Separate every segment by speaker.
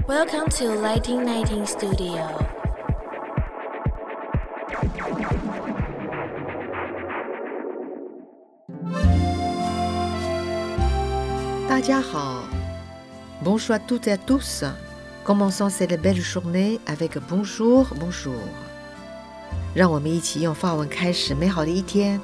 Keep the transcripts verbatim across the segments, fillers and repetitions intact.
Speaker 1: Welcome to Lighting Nineteen Studio.
Speaker 2: 大家好 Bonjour à toutes et à tous. Commençons cette belle journée avec bonjour, bonjour. 让我们一起用法文开始美好的一天。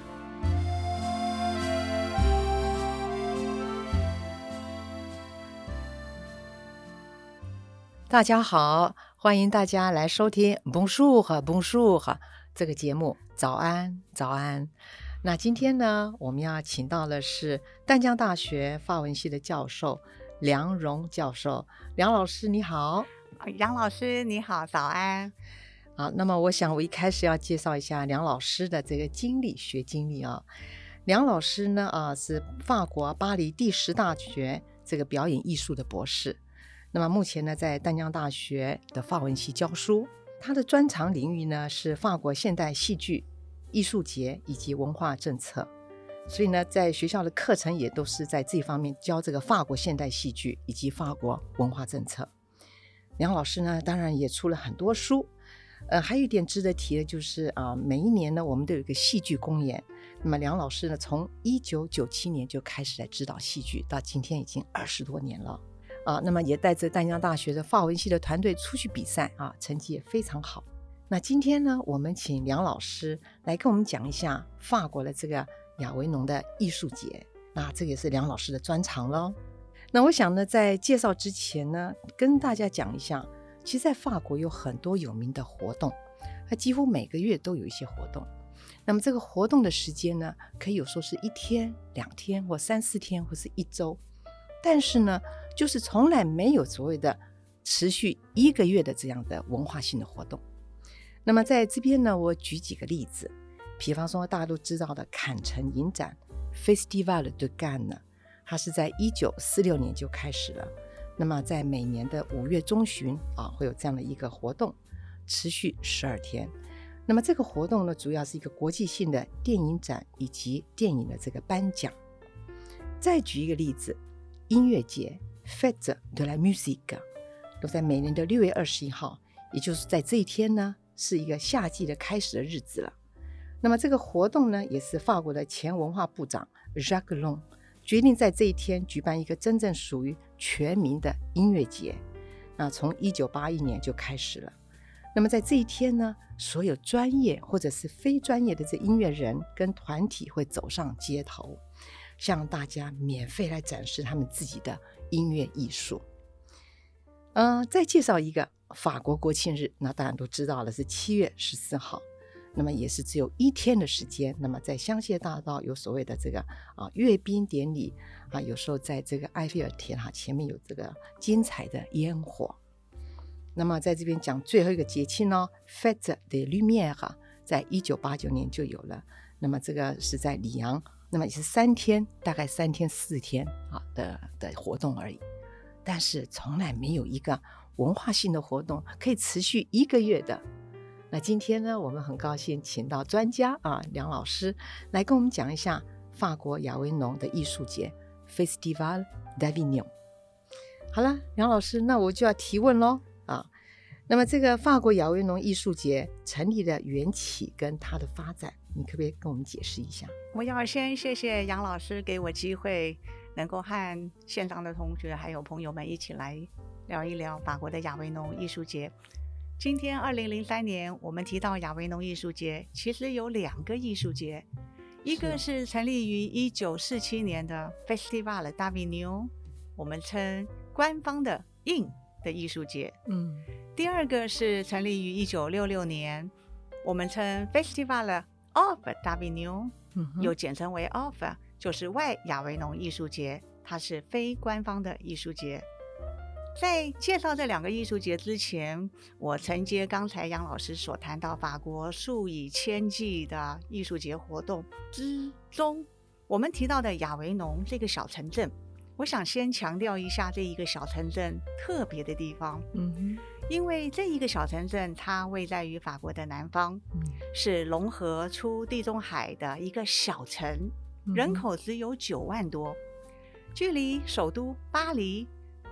Speaker 2: 大家好，欢迎大家来收听 Bonjour Bonjour 这个节目，早安早安。那今天呢，我们要请到的是淡江大学法文系的教授梁荣教授。梁老师你好。
Speaker 3: 杨老师你好，早安。
Speaker 2: 好，那么我想我一开始要介绍一下梁老师的这个经历学经历啊。梁老师呢啊是法国巴黎第十大学这个表演艺术的博士。那么目前呢在淡江大学的法文系教书，他的专长领域呢是法国现代戏剧、艺术节以及文化政策，所以呢在学校的课程也都是在这方面教这个法国现代戏剧以及法国文化政策。梁老师呢当然也出了很多书，呃，还有一点值得提的就是啊、呃，每一年呢我们都有一个戏剧公演。那么梁老师呢从一九九七年就开始来指导戏剧，到今天已经二十多年了啊，那么也带着淡江大学的法文系的团队出去比赛啊，成绩也非常好。那今天呢我们请梁老师来跟我们讲一下法国的这个亚维农的艺术节，那这个也是梁老师的专长咯。那我想呢在介绍之前呢跟大家讲一下，其实在法国有很多有名的活动，它几乎每个月都有一些活动。那么这个活动的时间呢可以有说是一天两天或三四天或是一周，但是呢就是从来没有所谓的持续一个月的这样的文化性的活动。那么在这边呢我举几个例子，比方说大家都知道的坎城影展 Festival de Cannes， 它是在一九四六年就开始了，那么在每年的五月中旬啊会有这样的一个活动，持续十二天。那么这个活动呢主要是一个国际性的电影展以及电影的这个颁奖。再举一个例子，音乐节 Fête de la Musique 都在每年的六月二十一号，也就是在这一天呢是一个夏季的开始的日子了。那么这个活动呢也是法国的前文化部长 Jacques Lang 决定在这一天举办一个真正属于全民的音乐节，那从一九八一年就开始了。那么在这一天呢，所有专业或者是非专业的这音乐人跟团体会走上街头，向大家免费来展示他们自己的音乐艺术。呃，再介绍一个法国国庆日，那当然都知道了，是七月十四号，那么也是只有一天的时间。那么在香榭大道有所谓的这个啊阅兵典礼啊，有时候在这个埃菲尔铁塔前面有这个精彩的烟火。那么在这边讲最后一个节庆呢 Fête des Lumières 在一九八九年就有了，那么这个是在里昂，那么也是三天，大概三天四天啊 的, 的活动而已，但是从来没有一个文化性的活动可以持续一个月的。那今天呢我们很高兴请到专家啊梁老师来跟我们讲一下法国亚维农的艺术节 Festival d'Avignon。 好了，梁老师，那我就要提问咯啊，那么这个法国亚维农艺术节成立的缘起跟它的发展，你可不可以跟我们解释一下？
Speaker 3: 我要先谢谢杨老师给我机会能够和现场的同学还有朋友们一起来聊一聊法国的亚维农艺术节。今天二零零三年我们提到亚维农艺术节，其实有两个艺术节，一个是成立于一九四七年的 Festival d'Avignon， 我们称官方的印的艺术节。
Speaker 2: 嗯，
Speaker 3: 第二个是成立于一九六六年，我们称 Festival of d'Avignon， 又简称为 of， 就是外亚维农艺术节，它是非官方的艺术节。在介绍这两个艺术节之前，我承接刚才杨老师所谈到法国数以千计的艺术节活动之中，我们提到的亚维农这个小城镇，我想先强调一下这一个小城镇特别的地方。
Speaker 2: 嗯哼，
Speaker 3: 因为这一个小城镇它位在于法国的南方，
Speaker 2: 嗯，
Speaker 3: 是融合出地中海的一个小城，人口只有九万多，距离首都巴黎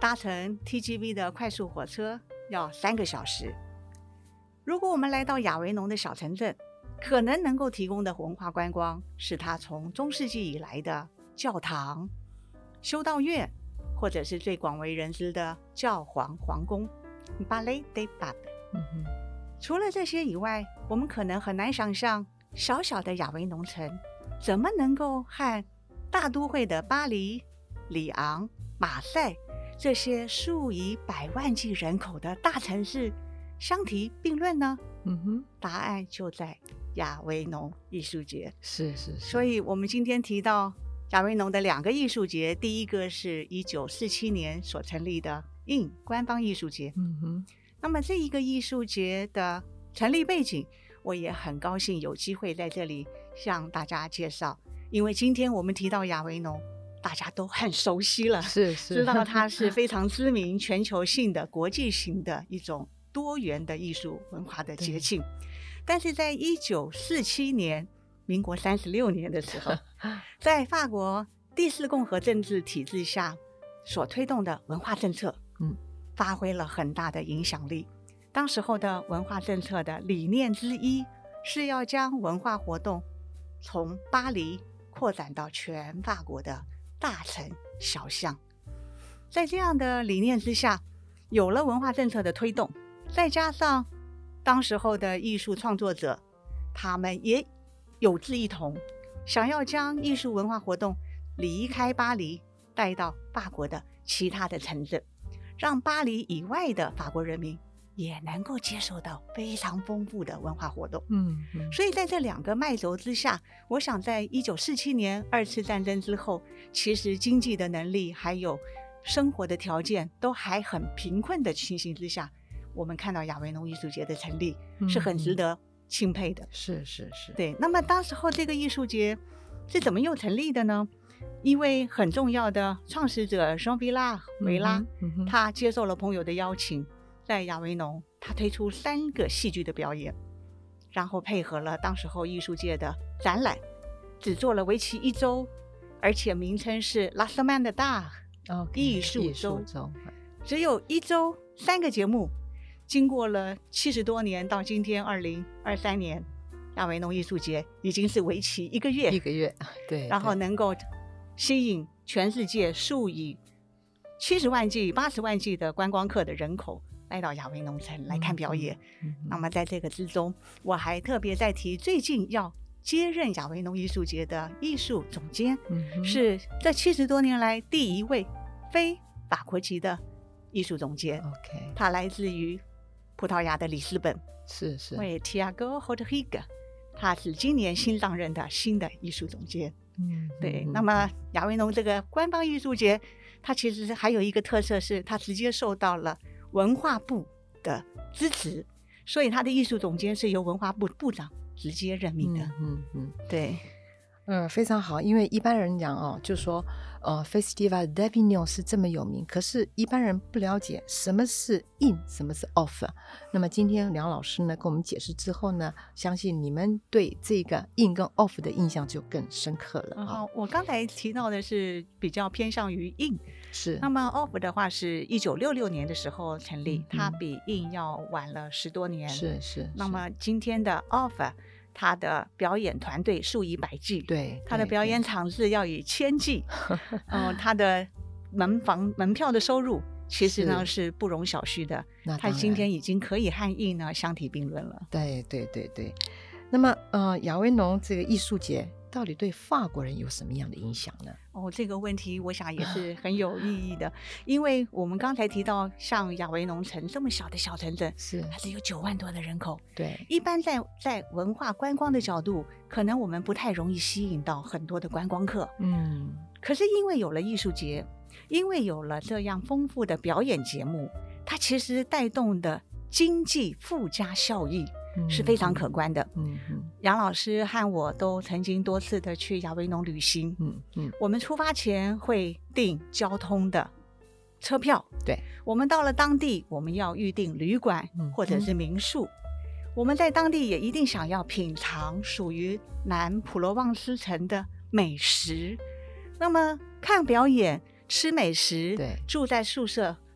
Speaker 3: 搭乘 T G V 的快速火车要三个小时。如果我们来到亚维农的小城镇，可能能够提供的文化观光是它从中世纪以来的教堂、修道院，或者是最广为人知的教皇皇宫 Palais des Papes。
Speaker 2: 嗯哼，
Speaker 3: 除了这些以外，我们可能很难想象小小的亚维农城怎么能够和大都会的巴黎、里昂、马赛这些数以百万计人口的大城市相提并论呢？
Speaker 2: 嗯哼，
Speaker 3: 答案就在亚维农艺术节。
Speaker 2: 是是是。
Speaker 3: 所以我们今天提到亚维农的两个艺术节，第一个是一九四七年所成立的 I N 官方艺术节。
Speaker 2: 嗯哼，
Speaker 3: 那么这一个艺术节的成立背景，我也很高兴有机会在这里向大家介绍，因为今天我们提到亚维农，大家都很熟悉了，
Speaker 2: 是是，
Speaker 3: 知道它是非常知名、全球性的、国际型的一种多元的艺术文化的节庆。但是在一九四七年，民国三十六年的时候，在法国第四共和政治体制下所推动的文化政策，嗯，发挥了很大的影响力。当时候的文化政策的理念之一是要将文化活动从巴黎扩展到全法国的大城小巷。在这样的理念之下，有了文化政策的推动，再加上当时候的艺术创作者，他们也有志一同，想要将艺术文化活动离开巴黎，带到法国的其他的城镇，让巴黎以外的法国人民也能够接受到非常丰富的文化活动。
Speaker 2: 嗯嗯，
Speaker 3: 所以在这两个脉轴之下，我想在一九四七年二次战争之后，其实经济的能力还有生活的条件都还很贫困的情形之下，我们看到亚维农艺术节的成立是很值得钦佩的。嗯、
Speaker 2: 是是是，
Speaker 3: 对。那么当时候这个艺术节是怎么又成立的呢？一位很重要的创始者双维拉维拉、嗯嗯，他接受了朋友的邀请，在亚维农他推出三个戏剧的表演，然后配合了当时候艺术界的展览，只做了为期一周，而且名称是 La Semaine d'Art、okay, 艺术周，只有一周三个节目。经过了七十多年，到今天二零二三年，亚维农艺术节已经是为期一个月，
Speaker 2: 一个月，对，
Speaker 3: 然后能够吸引全世界数以七十万计、八十万计的观光客的人口来到亚维农城来看表演。嗯嗯、那么在这个之中，我还特别在提，最近要接任亚维农艺术节的艺术总监，嗯、是这七十多年来第一位非法国籍的艺术总监。
Speaker 2: OK，
Speaker 3: 他来自于葡萄牙的里斯本，
Speaker 2: 是是，
Speaker 3: 为 Tiago Rodrigues， 他是今年新上任的新的艺术总监。嗯，对。嗯、那么亚维农这个官方艺术节，它其实还有一个特色是，它直接受到了文化部的支持，所以它的艺术总监是由文化部部长直接任命的。嗯 嗯, 嗯，对。
Speaker 2: 嗯，非常好。因为一般人讲哦，就说呃 Festival d'Avignon 是这么有名，可是一般人不了解什么是 in， 什么是 off。那么今天梁老师呢跟我们解释之后呢，相信你们对这个 in 跟 off 的印象就更深刻了。
Speaker 3: 嗯、好，我刚才提到的是比较偏向于 in，
Speaker 2: 是。
Speaker 3: 那么 off 的话是一九六六年的时候成立，嗯、它比 in 要晚了十多年。
Speaker 2: 是 是, 是。
Speaker 3: 那么今天的 off，他的表演团队数以百计，
Speaker 2: 对，
Speaker 3: 他的表演场次要以千计，嗯，他的门房门票的收入其实呢 是, 是不容小觑的，他今天已经可以和印呢相提并论了。
Speaker 2: 对对对对。那么呃，亚维农这个艺术节到底对法国人有什么样的影响呢？
Speaker 3: 哦，这个问题我想也是很有意义的，因为我们刚才提到像亚维农城这么小的小城镇，
Speaker 2: 是
Speaker 3: 它是有九万多的人口。
Speaker 2: 对，
Speaker 3: 一般在在文化观光的角度，可能我们不太容易吸引到很多的观光客。嗯，可是因为有了艺术节，因为有了这样丰富的表演节目，它其实带动的经济附加效益是非常可观的。嗯嗯，杨老师和我都曾经多次的去亚维农旅行。嗯嗯，我们出发前会订交通的车票，
Speaker 2: 对，
Speaker 3: 我们到了当地，我们要预订旅馆或者是民宿。嗯、我们在当地也一定想要品尝属于南普罗旺斯城的美食。那么看表演、吃美食，
Speaker 2: 对，
Speaker 3: 住在宿舍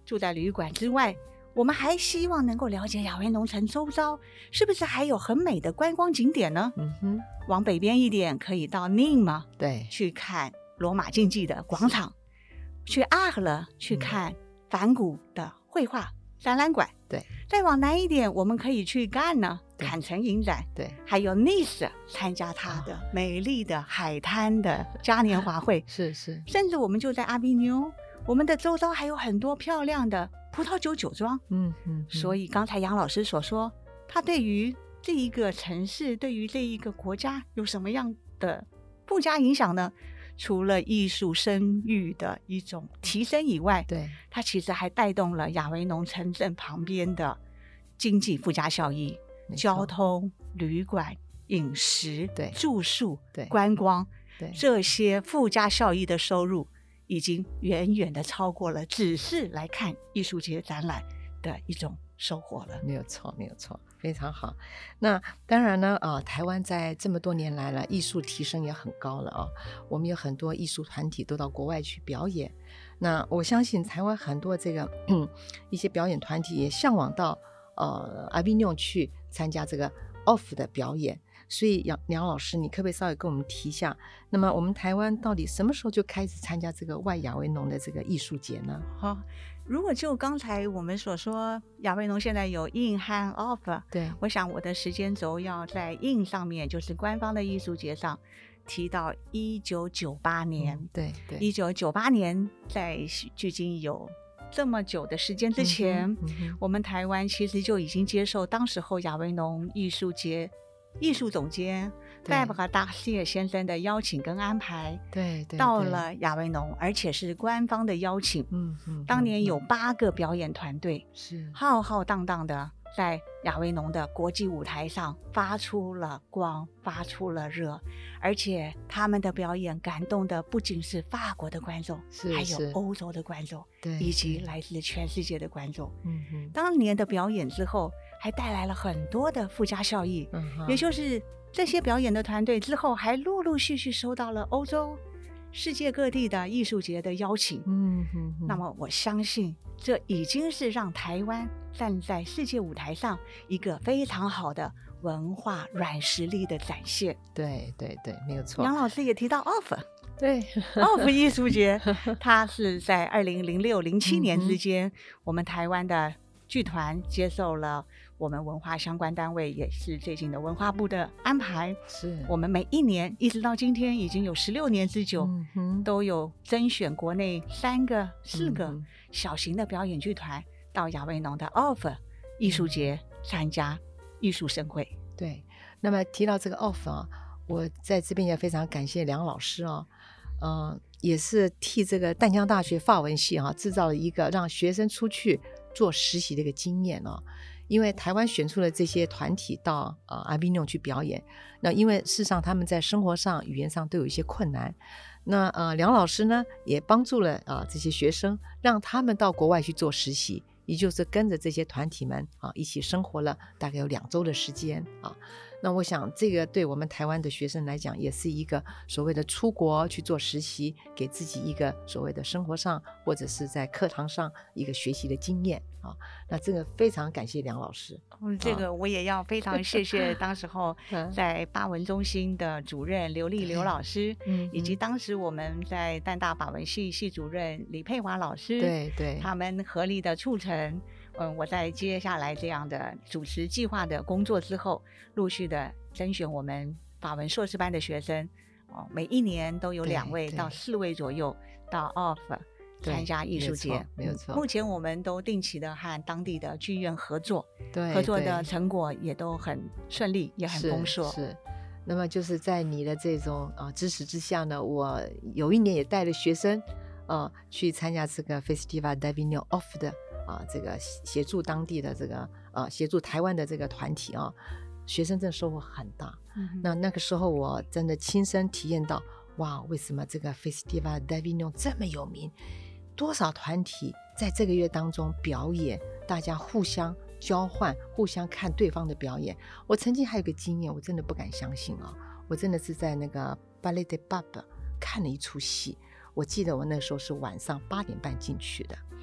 Speaker 3: 住在旅馆之外，我们还希望能够了解亚维农城周遭是不是还有很美的观光景点呢？
Speaker 2: 嗯哼，
Speaker 3: 往北边一点可以到宁嘛，
Speaker 2: 对，
Speaker 3: 去看罗马竞技的广场，去阿赫勒去看梵谷的绘画展览馆，
Speaker 2: 对，
Speaker 3: 再往南一点我们可以去干呢，
Speaker 2: 对
Speaker 3: 坎城影展，
Speaker 2: 对，
Speaker 3: 还有 Nice 参加它的美丽的海滩的嘉年华会，
Speaker 2: 是是，
Speaker 3: 甚至我们就在阿比牛，我们的周遭还有很多漂亮的葡萄酒酒庄。
Speaker 2: 嗯嗯，
Speaker 3: 所以刚才杨老师所说，他对于这一个城市，对于这一个国家有什么样的附加影响呢？除了艺术声誉的一种提升以外，
Speaker 2: 对，
Speaker 3: 它其实还带动了亚维农城镇旁边的经济附加效益，交通、旅馆、饮食、
Speaker 2: 对，
Speaker 3: 住宿、
Speaker 2: 对，
Speaker 3: 观光，
Speaker 2: 对，
Speaker 3: 这些附加效益的收入已经远远的超过了只是来看艺术节展览的一种收获了。
Speaker 2: 没有错，没有错，非常好。那当然呢，啊、呃，台湾在这么多年来了，艺术提升也很高了啊。我们有很多艺术团体都到国外去表演。那我相信台湾很多这个嗯一些表演团体也向往到呃阿比纽去参加这个 off 的表演。所以杨梁老师，你可不可以稍微跟我们提一下，那么我们台湾到底什么时候就开始参加这个外亚维农的这个艺术节呢？
Speaker 3: 好、哦，如果就刚才我们所说，亚维农现在有 in 和 off，
Speaker 2: 对，
Speaker 3: 我想我的时间轴要在 in 上面，就是官方的艺术节上提到一九九八年，
Speaker 2: 嗯、对对，
Speaker 3: 一九九八年在距今有这么久的时间之前、
Speaker 2: 嗯嗯、
Speaker 3: 我们台湾其实就已经接受当时候亚维农艺术节艺术总监戴布和达谢先生的邀请跟安排，
Speaker 2: 对 对, 对，
Speaker 3: 到了亚维农，而且是官方的邀请。
Speaker 2: 嗯嗯，
Speaker 3: 当年有八个表演团队，
Speaker 2: 是
Speaker 3: 浩浩荡荡的在亚维农的国际舞台上发出了光，发出了热，而且他们的表演感动的不仅是法国的观众，
Speaker 2: 是
Speaker 3: 还有欧洲的观众，
Speaker 2: 对，
Speaker 3: 以及来自全世界的观众。
Speaker 2: 嗯嗯，
Speaker 3: 当年的表演之后，还带来了很多的附加效益，
Speaker 2: 嗯、
Speaker 3: 也就是这些表演的团队之后还陆陆续续收到了欧洲、世界各地的艺术节的邀请。
Speaker 2: 嗯嗯，
Speaker 3: 那么我相信这已经是让台湾站在世界舞台上一个非常好的文化软实力的展现。
Speaker 2: 对对对，没有错。
Speaker 3: 杨老师也提到 off，
Speaker 2: 对
Speaker 3: off 艺术节，它是在二零零六零七年之间、嗯，我们台湾的剧团接受了我们文化相关单位，也是最近的文化部的安排，
Speaker 2: 是
Speaker 3: 我们每一年一直到今天已经有十六年之久、
Speaker 2: 嗯、
Speaker 3: 都有甄选国内三个四个小型的表演剧团、嗯、到亚维农的 off 艺术节参加艺术盛会。
Speaker 2: 对，那么提到这个 off 啊，我在这边也非常感谢梁老师啊，呃，也是替这个淡江大学法文系啊制造了一个让学生出去做实习的一个经验啊。因为台湾选出了这些团体到呃阿比纽去表演，那因为事实上他们在生活上语言上都有一些困难，那呃梁老师呢也帮助了啊、呃、这些学生，让他们到国外去做实习，也就是跟着这些团体们啊一起生活了大概有两周的时间啊。那我想这个对我们台湾的学生来讲也是一个所谓的出国去做实习，给自己一个所谓的生活上或者是在课堂上一个学习的经验啊。那这个非常感谢梁老师、
Speaker 3: 嗯、这个我也要非常谢谢当时候在巴文中心的主任刘丽刘老师、嗯、以及当时我们在淡大法文系系主任李佩华老师，
Speaker 2: 对对，
Speaker 3: 他们合力的促成嗯，我在接下来这样的主持计划的工作之后，陆续的甄选我们法文硕士班的学生、哦、每一年都有两位到四位左右到 off 参加艺术节，
Speaker 2: 没有错。
Speaker 3: 目前我们都定期的和当地的剧院合作，
Speaker 2: 对，
Speaker 3: 合作的成果也都很顺利，也很丰硕。
Speaker 2: 是，是。那么就是在你的这种、呃、支持之下呢，我有一年也带了学生呃去参加这个 Festival d'Avignon off 的啊，这个协助当地的这个呃，协助台湾的这个团体啊，学生真的收获很大。嗯、那那个时候我真的亲身体验到，哇，为什么这个 Festival d'Avignon 这么有名？多少团体在这个月当中表演，大家互相交换，互相看对方的表演。我曾经还有个经验，我真的不敢相信啊！我真的是在那个 Ballet des Papes 看了一出戏，我记得我那时候是晚上八点半进去的。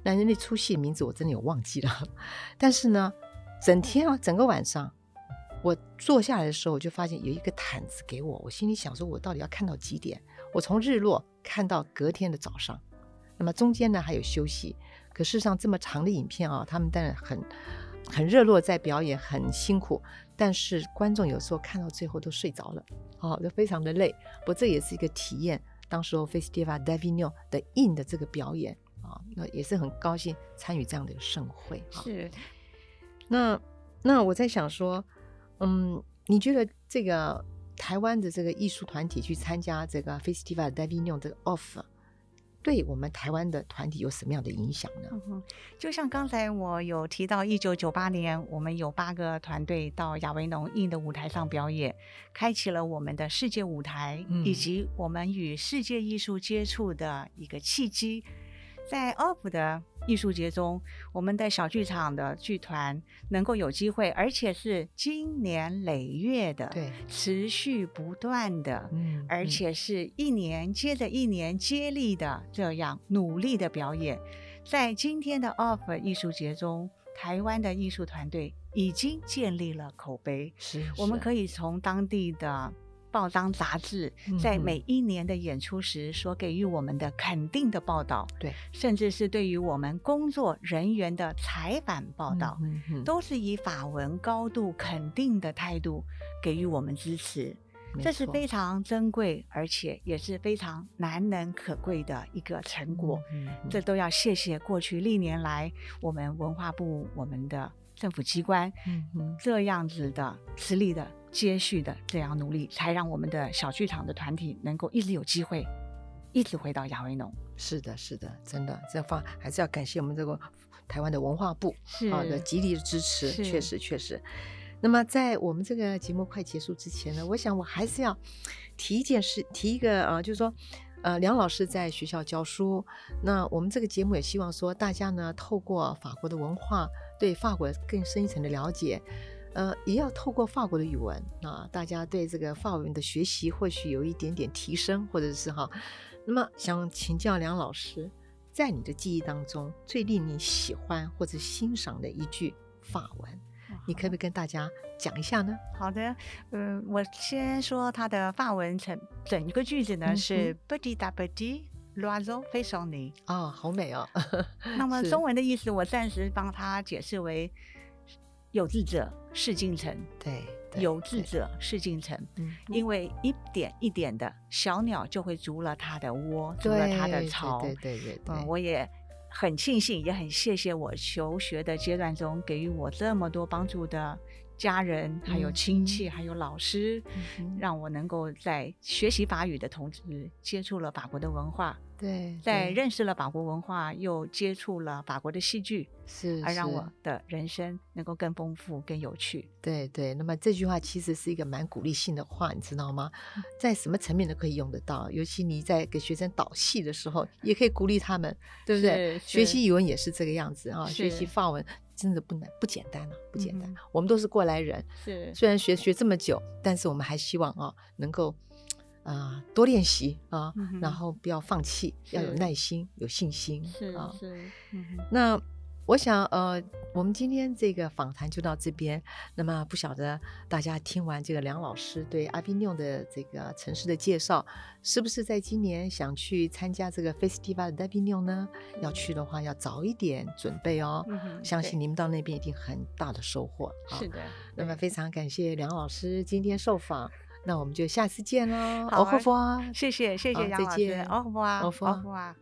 Speaker 2: 那那出戏的名字我真的有忘记了，但是呢，整天啊，整个晚上，我坐下来的时候，我就发现有一个毯子给我，我心里想说，我到底要看到几点？我从日落看到隔天的早上，那么中间呢还有休息。可事实上这么长的影片啊，他们当然很很热络在表演，很辛苦，但是观众有时候看到最后都睡着了，哦，就非常的累。不过这也是一个体验，当时候 Festival d'Avignon 的 In 的这个表演啊，那也是很高兴参与这样的盛会。
Speaker 3: 是，
Speaker 2: 那那我在想说，嗯，你觉得这个台湾的这个艺术团体去参加这个 Festival d'Avignon 这个 Off，对我们台湾的团体有什么样的影响呢？
Speaker 3: 嗯、就像刚才我有提到，一九九八年我们有八个团队到亚维农印的舞台上表演，开启了我们的世界舞台，嗯、以及我们与世界艺术接触的一个契机。在 O F F 的艺术节中，我们的小剧场的剧团能够有机会，而且是经年累月的，
Speaker 2: 对，
Speaker 3: 持续不断的，
Speaker 2: 嗯，
Speaker 3: 而且是一年接着一年接力的这样努力的表演。在今天的 O F F 艺术节中，台湾的艺术团队已经建立了口碑，
Speaker 2: 是
Speaker 3: 我们可以从当地的报章杂志在每一年的演出时所给予我们的肯定的报道，
Speaker 2: 对，
Speaker 3: 甚至是对于我们工作人员的采访报道，
Speaker 2: 嗯嗯、
Speaker 3: 都是以法文高度肯定的态度给予我们支持。这是非常珍贵，而且也是非常难能可贵的一个成果。
Speaker 2: 嗯嗯、
Speaker 3: 这都要谢谢过去历年来我们文化部、我们的政府机关、
Speaker 2: 嗯嗯、
Speaker 3: 这样子的实力的接续的这样努力，才让我们的小剧场的团体能够一直有机会一直回到亚维农。
Speaker 2: 是的是的，真的这方还是要感谢我们这个台湾的文化部
Speaker 3: 是
Speaker 2: 啊的极力的支持，确实确实。那么在我们这个节目快结束之前呢，我想我还是要提一件事，提一个啊，就是说呃，梁老师在学校教书，那我们这个节目也希望说大家呢透过法国的文化对法国更深一层的了解，呃，也要透过法国的语文啊，大家对这个法文的学习或许有一点点提升，或者是哈，那么想请教梁老师，在你的记忆当中最令你喜欢或者欣赏的一句法文，你可不可以跟大家讲一下呢？
Speaker 3: 好的，嗯、呃，我先说它的法文整整一个句子呢、嗯、是 petit à petit l'oiseau fait son nid。
Speaker 2: 哦，好美哦。
Speaker 3: 那么中文的意思我暂时帮它解释为有志者事竟成。
Speaker 2: 对，
Speaker 3: 有志者事竟成，因为一点一点的小鸟就会筑了它的窝，筑了它的巢。
Speaker 2: 对对 对, 对, 对、
Speaker 3: 嗯、我也很庆幸，也很谢谢我求学的阶段中给予我这么多帮助的家人，还有亲戚，嗯、还有老师、嗯，让我能够在学习法语的同时接触了法国的文化。
Speaker 2: 对，
Speaker 3: 在认识了法国文化，又接触了法国的戏剧，
Speaker 2: 是，
Speaker 3: 而让我的人生能够更丰富、更有趣。
Speaker 2: 对对，那么这句话其实是一个蛮鼓励性的话，你知道吗？在什么层面都可以用得到，尤其你在给学生导戏的时候，也可以鼓励他们，对不对？学习语文也是这个样子啊，学习法文真的不难，不简单啊，不简单。嗯、我们都是过来人，
Speaker 3: 是
Speaker 2: 虽然学学这么久，但是我们还希望啊，能够。啊、呃，多练习啊、嗯，然后不要放弃，要有耐心，有信心。
Speaker 3: 是
Speaker 2: 啊，
Speaker 3: 是。嗯、
Speaker 2: 那我想，呃，我们今天这个访谈就到这边。那么，不晓得大家听完这个梁老师对阿比纽的这个城市的介绍，是不是在今年想去参加这个 Festival d'Avignon 呢？要去的话，要早一点准备哦。嗯、相信你们到那边一定很大的收获。
Speaker 3: 是的。
Speaker 2: 那么，非常感谢梁老师今天受访。那我们就下次见喽，
Speaker 3: 好，
Speaker 2: au revoir，
Speaker 3: 谢谢谢谢杨老师，au revoir，au revoir。